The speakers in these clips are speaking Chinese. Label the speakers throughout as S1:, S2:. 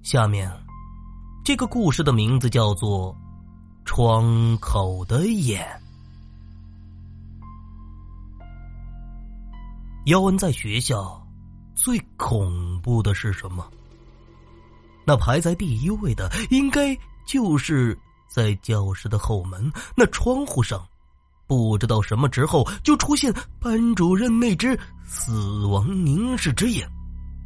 S1: 下面这个故事的名字叫做《窗口的眼》。要问在学校最恐怖的是什么？那排在第一位的应该就是在教室的后门那窗户上，不知道什么之后就出现班主任那只死亡凝视之眼。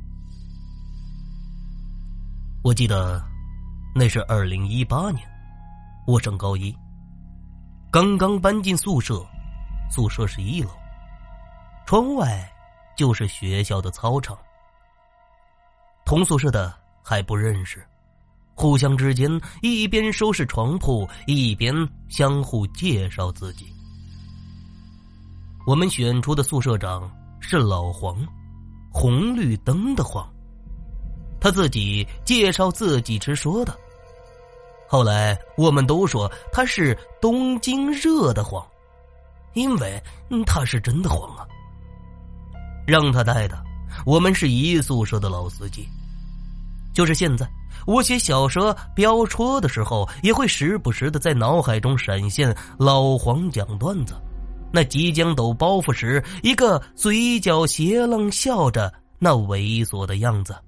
S1: 我记得那是2018年，我上高一，刚刚搬进宿舍，宿舍是1楼，窗外就是学校的操场。同宿舍的还不认识，互相之间一边收拾床铺，一边相互介绍自己。我们选出的宿舍长是老黄，红绿灯的黄。他自己介绍自己时说的，后来我们都说他是东京热的黄，因为他是真的黄啊。让他带的，我们是一宿舍的老司机。就是现在我写小说飙车的时候，也会时不时的在脑海中闪现老黄讲段子，那即将抖包袱时一个嘴角斜愣笑着那猥琐的样子。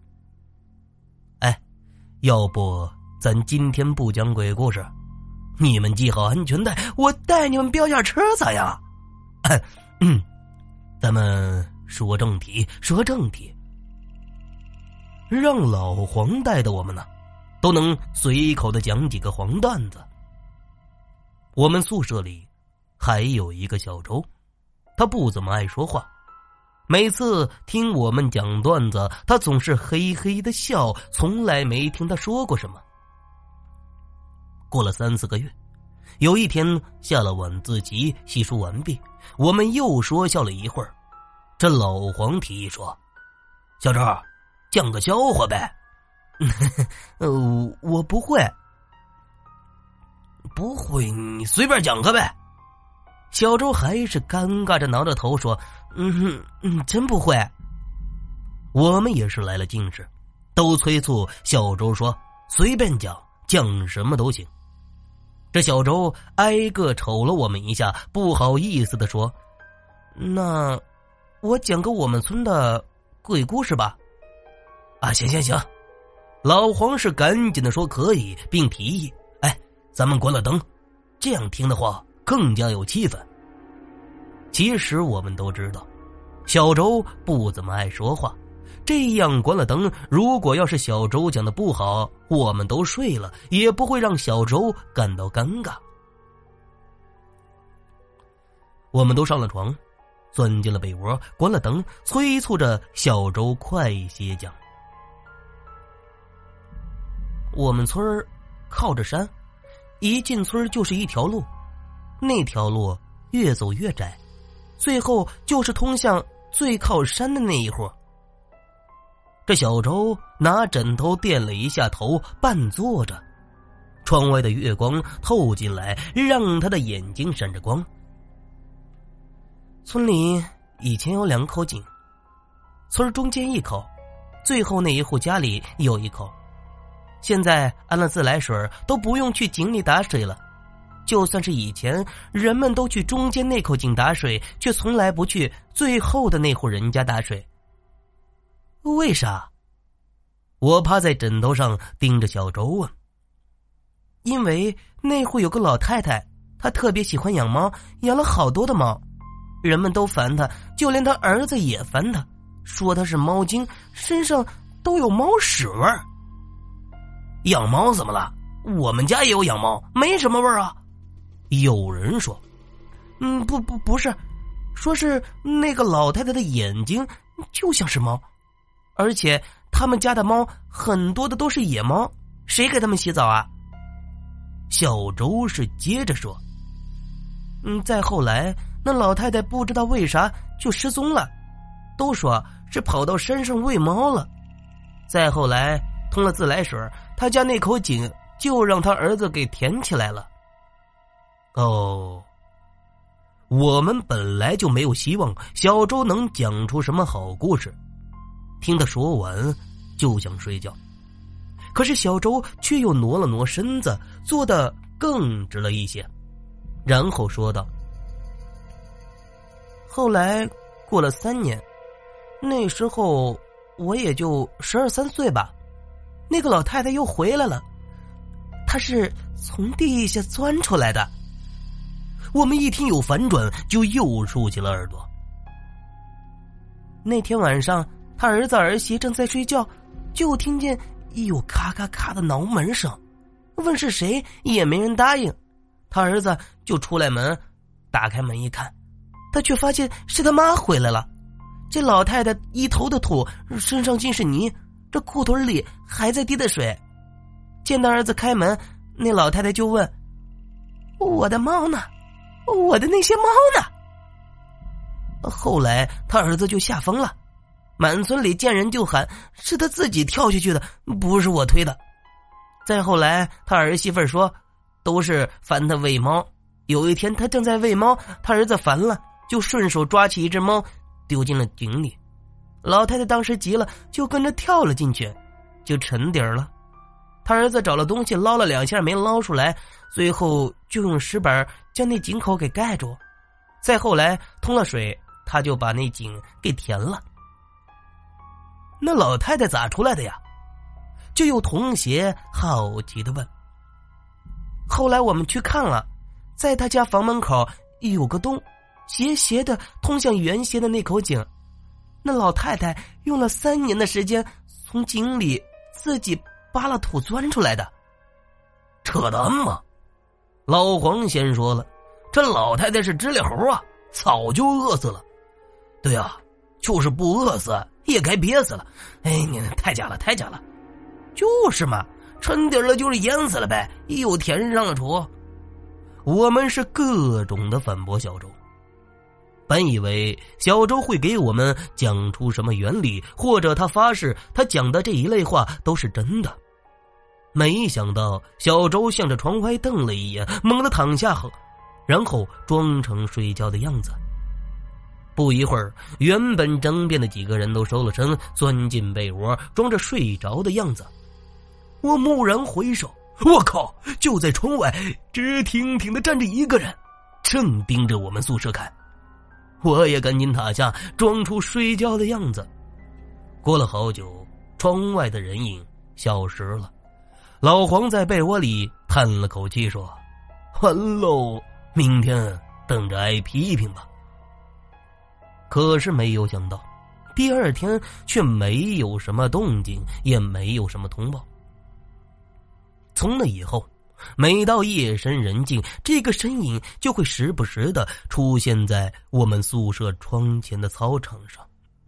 S1: 要不咱今天不讲鬼故事，你们系好安全带，我带你们飙下车咋样？咱们说正题，让老黄带的我们呢，都能随口的讲几个黄段子。我们宿舍里还有一个小周，他不怎么爱说话，每次听我们讲段子，他总是嘿嘿的笑，从来没听他说过什么。过了3-4个月，有一天下了晚自习，洗漱完毕，我们又说笑了一会儿。这老黄提议说：“小周，讲个笑话呗。”我不会。不会，你随便讲个呗。小周还是尴尬着挠着头说：“真不会。”我们也是来了劲势，都催促小周说：“随便讲，讲什么都行。”这小周挨个瞅了我们一下，不好意思地说：“那我讲个我们村的鬼故事吧。”行。老黄是赶紧地说可以，并提议：“咱们关了灯，这样听的话更加有气氛。”其实我们都知道，小周不怎么爱说话，这样关了灯，如果要是小周讲的不好，我们都睡了，也不会让小周感到尴尬。我们都上了床，钻进了被窝，关了灯，催促着小周快些讲。我们村儿靠着山，一进村就是一条路，那条路越走越窄，最后就是通向最靠山的那一户。这小周拿枕头垫了一下头，半坐着，窗外的月光透进来，让他的眼睛闪着光。村里以前有2口井，村中间1口，最后那一户家里有1口。现在安了自来水，都不用去井里打水了。就算是以前，人们都去中间那口井打水，却从来不去最后的那户人家打水。为啥？我趴在枕头上盯着小周问。因为那户有个老太太，她特别喜欢养猫，养了好多的猫，人们都烦她，就连她儿子也烦她，说她是猫精，身上都有猫屎味儿。养猫怎么了？我们家也有养猫，没什么味儿啊。有人说：“不是，说是那个老太太的眼睛就像是猫，而且他们家的猫很多的都是野猫，谁给他们洗澡啊？”小周是接着说：“再后来，那老太太不知道为啥就失踪了，都说是跑到山上喂猫了。再后来通了自来水，他家那口井就让他儿子给填起来了。”我们本来就没有希望小周能讲出什么好故事，听他说完就想睡觉。 可是小周却又挪了挪身子，坐得更直了一些，然后说道：后来过了3年，那时候我也就12、13岁吧，那个老太太又回来了，她是从地下钻出来的。我们一听有反转，就又竖起了耳朵。那天晚上，他儿子儿媳正在睡觉，就听见有咔咔咔的挠门声，问是谁，也没人答应。他儿子就出来门，打开门一看，他却发现是他妈回来了。这老太太一头的土，身上尽是泥，这裤腿里还在滴的水。见他儿子开门，那老太太就问：我的猫呢？我的那些猫呢？后来他儿子就吓疯了，满村里见人就喊是他自己跳下去的，不是我推的。再后来他儿媳妇说都是烦他喂猫，有一天他正在喂猫，他儿子烦了，就顺手抓起一只猫丢进了井里。老太太当时急了，就跟着跳了进去，就沉底了。他儿子找了东西捞了2下没捞出来，最后就用石板将那井口给盖住。再后来通了水，他就把那井给填了。那老太太咋出来的呀？就有同学好奇的问。后来我们去看了，在他家房门口有个洞，斜斜的通向原先的那口井。那老太太用了3年的时间从井里自己扒了土钻出来的。
S2: 扯淡嘛！老黄先说了，这老太太是知了猴啊，早就饿死了。对啊，就是不饿死也该憋死了。哎，你太假了，太假了。
S1: 就是嘛，沉底了就是淹死了呗，又填上了土。我们是各种的反驳小周。本以为小周会给我们讲出什么原理，或者他发誓他讲的这一类话都是真的，没想到小周向着窗外瞪了一眼，猛地躺下后，然后装成睡觉的样子。不一会儿，原本争辩的几个人都收了声，钻进被窝，装着睡着的样子。我蓦然回首，我靠，就在窗外直挺挺的站着一个人，正盯着我们宿舍看。我也赶紧躺下，装出睡觉的样子。过了好久，窗外的人影消失了。老黄在被窝里叹了口气说：完喽，明天等着挨批评吧。可是没有想到，第2天却没有什么动静，也没有什么通报。从那以后，每到夜深人静，这个身影就会时不时的出现在我们宿舍窗前的操场上，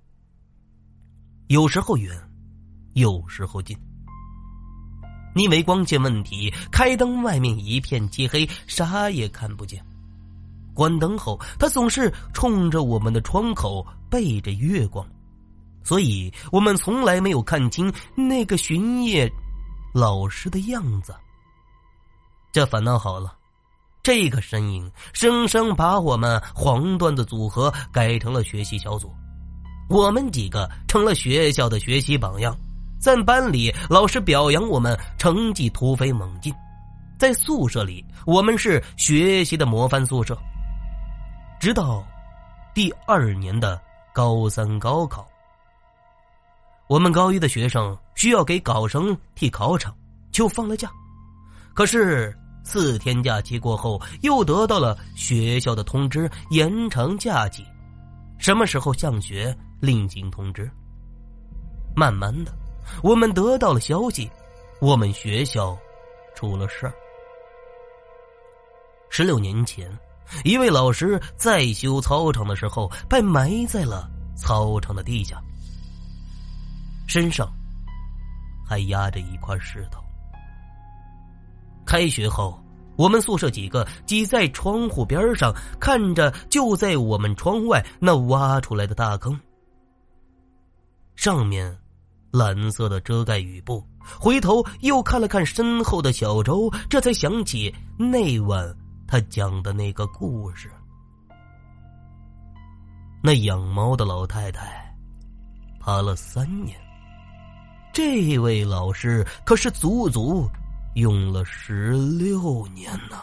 S1: 有时候远，有时候近。因为光线问题，开灯外面一片漆黑，啥也看不见。关灯后，他总是冲着我们的窗口背着月光，所以我们从来没有看清那个巡夜老师的样子。这反倒好了，这个身影生生把我们黄段子组合改成了学习小组，我们几个成了学校的学习榜样，在班里老师表扬我们成绩突飞猛进，在宿舍里我们是学习的模范宿舍。直到第2年的高3高考，我们高1的学生需要给考生替考场，就放了假。可是4天假期过后，又得到了学校的通知，延长假期，什么时候向学另行通知。慢慢的，我们得到了消息，我们学校出了事儿。16年前，一位老师在修操场的时候被埋在了操场的地下，身上还压着一块石头。开学后，我们宿舍几个挤在窗户边上，看着就在我们窗外那挖出来的大坑，上面蓝色的遮盖雨布。回头又看了看身后的小周，这才想起那晚他讲的那个故事。那养猫的老太太爬了3年， 这位老师可是足足用了16年呢。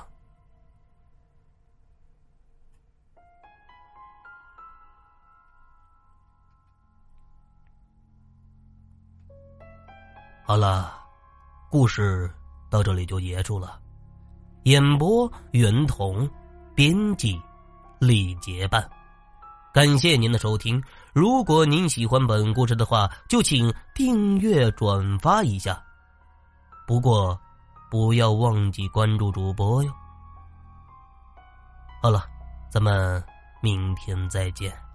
S1: 好了，故事到这里就结束了。演播袁彤，编辑李结伴。感谢您的收听，如果您喜欢本故事的话，就请订阅转发一下，不过不要忘记关注主播哟。好了，咱们明天再见。